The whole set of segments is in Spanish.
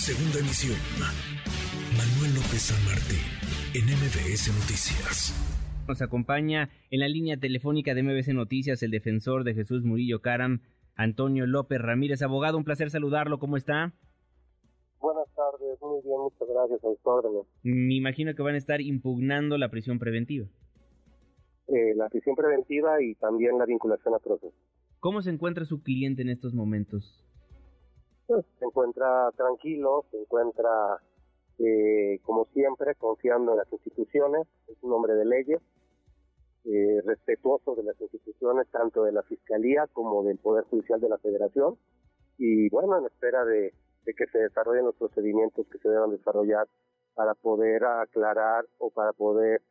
Segunda emisión. Manuel López San Martín, en MBS Noticias. Nos acompaña en la línea telefónica de MBS Noticias el defensor de Jesús Murillo Caram, Antonio López Ramírez. Abogado, un placer saludarlo. ¿Cómo está? Buenas tardes, muy bien, muchas gracias, a sus órdenes. Me imagino que van a estar impugnando la prisión preventiva. La prisión preventiva y también la vinculación a proceso. ¿Cómo se encuentra su cliente en estos momentos? Pues, se encuentra tranquilo, se encuentra, como siempre, confiando en las instituciones, es un hombre de leyes, respetuoso de las instituciones, tanto de la Fiscalía como del Poder Judicial de la Federación, y bueno, en espera de que se desarrollen los procedimientos que se deban desarrollar para poder aclarar o para poder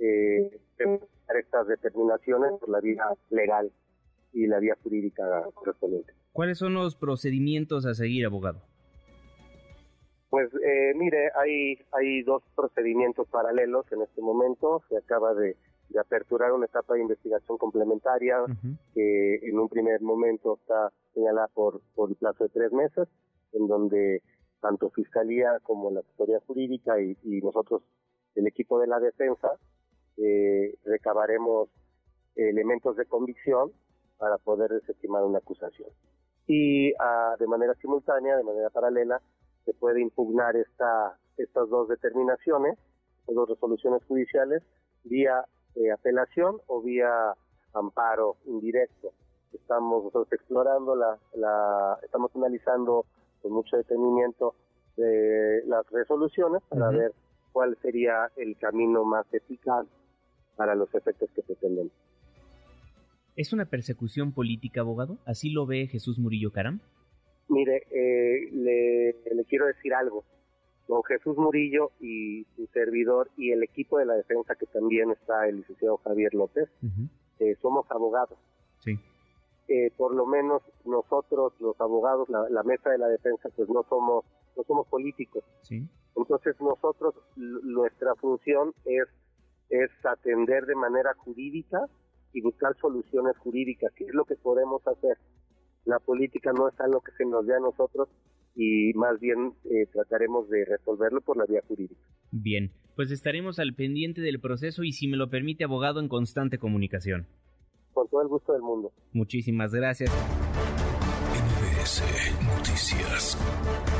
estas determinaciones por la vía legal y la vía jurídica correspondiente. ¿Cuáles son los procedimientos a seguir, abogado? Pues mire, hay dos procedimientos paralelos en este momento. Se acaba de aperturar una etapa de investigación complementaria que en un primer momento está señalada por el plazo de 3 meses, en donde tanto Fiscalía como la Asesoría Jurídica y nosotros, el equipo de la defensa, recabaremos elementos de convicción para poder desestimar una acusación. Y de manera simultánea, de manera paralela, se puede impugnar estas dos determinaciones, estas dos resoluciones judiciales, vía apelación o vía amparo indirecto. Estamos nosotros explorando, estamos analizando con mucho detenimiento las resoluciones para ver cuál sería el camino más eficaz para los efectos que pretendemos. ¿Es una persecución política, abogado? ¿Así lo ve Jesús Murillo Caram? Mire, le quiero decir algo. Don Jesús Murillo y su servidor y el equipo de la defensa, que también está el licenciado Javier López, somos abogados. Sí. Por lo menos nosotros, los abogados, la mesa de la defensa, pues no somos políticos. Sí. Entonces nosotros, nuestra función es atender de manera jurídica y buscar soluciones jurídicas, que es lo que podemos hacer. La política no es algo que se nos dé a nosotros y más bien trataremos de resolverlo por la vía jurídica. Bien, pues estaremos al pendiente del proceso y, si me lo permite, abogado, en constante comunicación. Con todo el gusto del mundo. Muchísimas gracias. MBS Noticias.